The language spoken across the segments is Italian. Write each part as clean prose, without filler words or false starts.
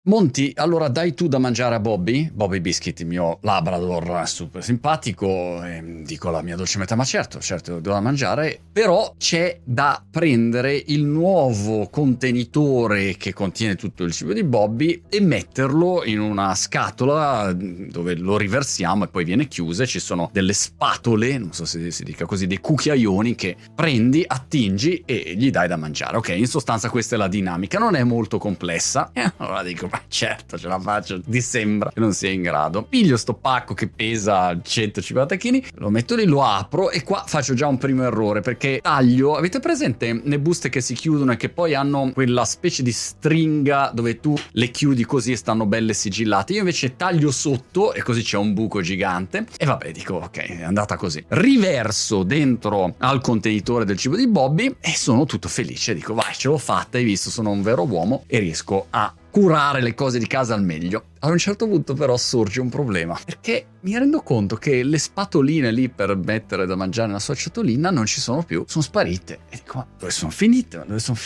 Monti, allora dai tu da mangiare a Bobby Biscuit, il mio Labrador super simpatico, e dico alla mia dolce metà, ma certo, do da mangiare, però c'è da prendere il nuovo contenitore che contiene tutto il cibo di Bobby e metterlo in una scatola dove lo riversiamo e poi viene chiusa, e ci sono delle spatole, non so se si dica così, dei cucchiaioni che prendi, attingi e gli dai da mangiare. Ok, in sostanza questa è la dinamica, non è molto complessa, e allora dico, ma certo ce la faccio, ti sembra che non sia in grado. Piglio sto pacco che pesa 150 kg, lo metto lì, lo apro e qua faccio già un primo errore, perché taglio, avete presente le buste che si chiudono e che poi hanno quella specie di stringa dove tu le chiudi così e stanno belle sigillate? Io invece taglio sotto e così c'è un buco gigante e vabbè, dico ok, è andata così. Riverso dentro al contenitore del cibo di Bobby e sono tutto felice, dico vai, ce l'ho fatta, hai visto, sono un vero uomo e riesco a curare le cose di casa al meglio. A un certo punto però sorge un problema, perché mi rendo conto che le spatoline lì per mettere da mangiare nella sua ciotolina non ci sono più, sono sparite. E dico, ma dove sono finite?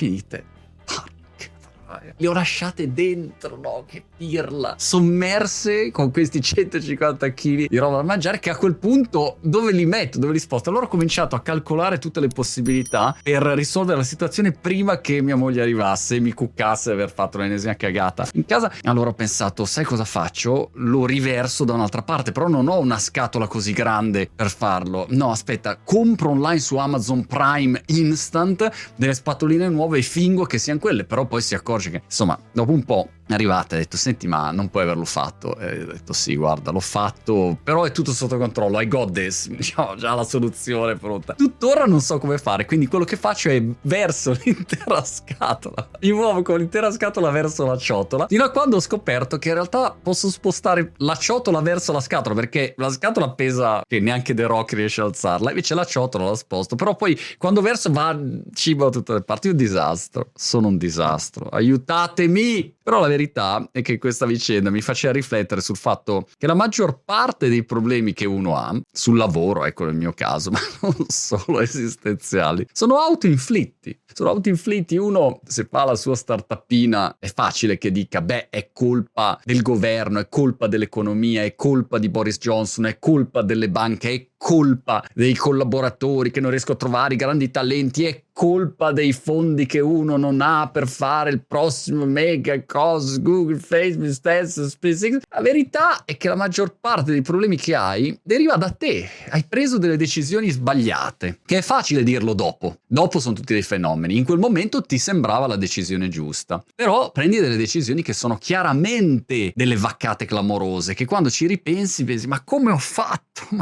Le ho lasciate dentro, no? Che pirla! Sommerse con questi 150 kg di roba da mangiare, che a quel punto dove li metto? Dove li sposto? Allora ho cominciato a calcolare tutte le possibilità per risolvere la situazione prima che mia moglie arrivasse e mi cuccasse di aver fatto l'ennesima cagata in casa. Allora ho pensato, sai cosa faccio? Lo riverso da un'altra parte, però non ho una scatola così grande per farlo. No, aspetta, compro online su Amazon Prime Instant delle spatoline nuove e fingo che siano quelle, però poi si accorge che, insomma, dopo un po' è arrivata e ha detto, senti, ma non puoi averlo fatto. E ho detto, sì, guarda, l'ho fatto, però è tutto sotto controllo, I got this, ho già la soluzione pronta. Tuttora non so come fare, quindi quello che faccio è verso l'intera scatola, mi muovo con l'intera scatola verso la ciotola, fino a quando ho scoperto che in realtà posso spostare la ciotola verso la scatola, perché la scatola pesa che neanche The Rock riesce a alzarla, invece la ciotola la sposto, però poi quando verso va cibo da tutte le parti. Un disastro, sono un disastro, aiutatemi! Però la verità è che questa vicenda mi faceva riflettere sul fatto che la maggior parte dei problemi che uno ha sul lavoro, ecco nel mio caso, ma non solo esistenziali, sono autoinflitti. Uno, se fa la sua startupina, è facile che dica, beh, è colpa del governo, è colpa dell'economia, è colpa di Boris Johnson, è colpa delle banche, è colpa dei collaboratori che non riesco a trovare i grandi talenti, è colpa dei fondi che uno non ha per fare il prossimo mega cosa, Google, Facebook, stesso, SpaceX. La verità è che la maggior parte dei problemi che hai deriva da te. Hai preso delle decisioni sbagliate, che è facile dirlo dopo. Dopo sono tutti dei fenomeni. In quel momento ti sembrava la decisione giusta. Però prendi delle decisioni che sono chiaramente delle vaccate clamorose, che quando ci ripensi pensi, ma come ho fatto?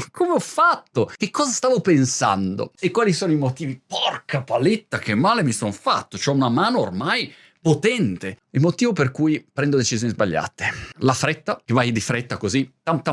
Che cosa stavo pensando? E quali sono i motivi? Porca paletta, che male mi sono fatto! C'ho una mano ormai potente. Il motivo per cui prendo decisioni sbagliate. La fretta, che vai di fretta così.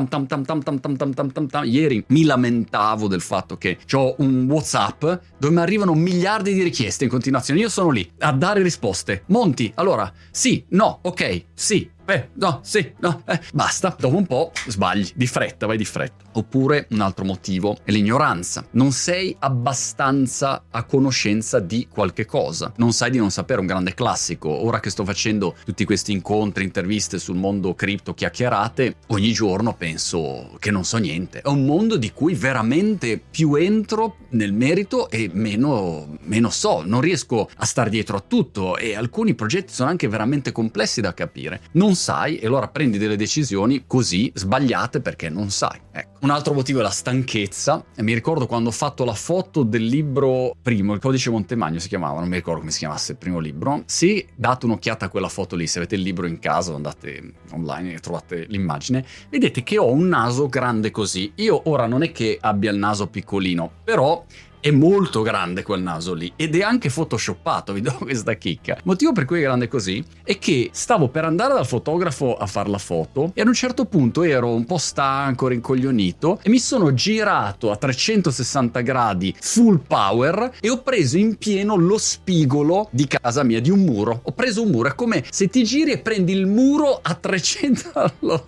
Ieri mi lamentavo del fatto che ho un WhatsApp dove mi arrivano miliardi di richieste in continuazione. Io sono lì a dare risposte. Monti, allora, sì, no, ok, sì, no, sì, no, basta. Dopo un po' sbagli, di fretta, vai di fretta. Oppure un altro motivo è l'ignoranza. Non sei abbastanza a conoscenza di qualche cosa. Non sai di non sapere, un grande classico. Ora che sto facendo tutti questi incontri, interviste sul mondo cripto, chiacchierate, ogni giorno penso che non so niente. È un mondo di cui veramente più entro nel merito e meno so. Non riesco a star dietro a tutto e alcuni progetti sono anche veramente complessi da capire. Non sai e allora prendi delle decisioni così sbagliate perché non sai. Ecco. Un altro motivo è la stanchezza. E mi ricordo quando ho fatto la foto del libro primo, il Codice Montemagno si chiamava, non mi ricordo come si chiamasse il primo libro. Se date un'occhiata a quella foto lì, se avete il libro in casa, andate online e trovate l'immagine, vedete che ho un naso grande così. Io ora non è che abbia il naso piccolino, però è molto grande quel naso lì ed è anche photoshoppato, vi do questa chicca. Il motivo per cui è grande così è che stavo per andare dal fotografo a fare la foto e ad un certo punto ero un po' stanco, rincoglionito e mi sono girato a 360 gradi full power e ho preso in pieno lo spigolo di casa mia, di un muro. Ho preso un muro, è come se ti giri e prendi il muro a 300 allora.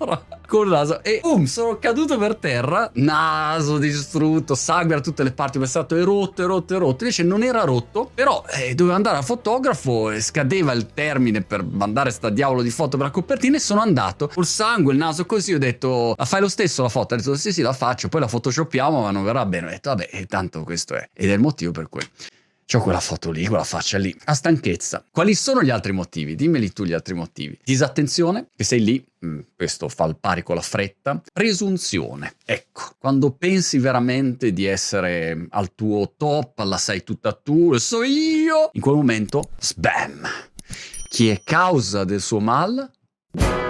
col naso e boom, sono caduto per terra, naso distrutto, sangue da tutte le parti, mi è stato rotto. Invece non era rotto, però dovevo andare al fotografo e scadeva il termine per mandare sta diavolo di foto per la copertina e sono andato col sangue, il naso così. Ho detto: la fai lo stesso la foto? Ha detto: sì, la faccio, poi la photoshoppiamo ma non verrà bene. Ho detto: vabbè, tanto questo è, ed è il motivo per cui c'ho quella foto lì, quella faccia lì, a stanchezza. Quali sono gli altri motivi? Dimmeli tu gli altri motivi. Disattenzione, che sei lì, questo fa il pari con la fretta. Presunzione, ecco, quando pensi veramente di essere al tuo top, la sai tutta tu, lo so io, in quel momento, sbam! Chi è causa del suo mal?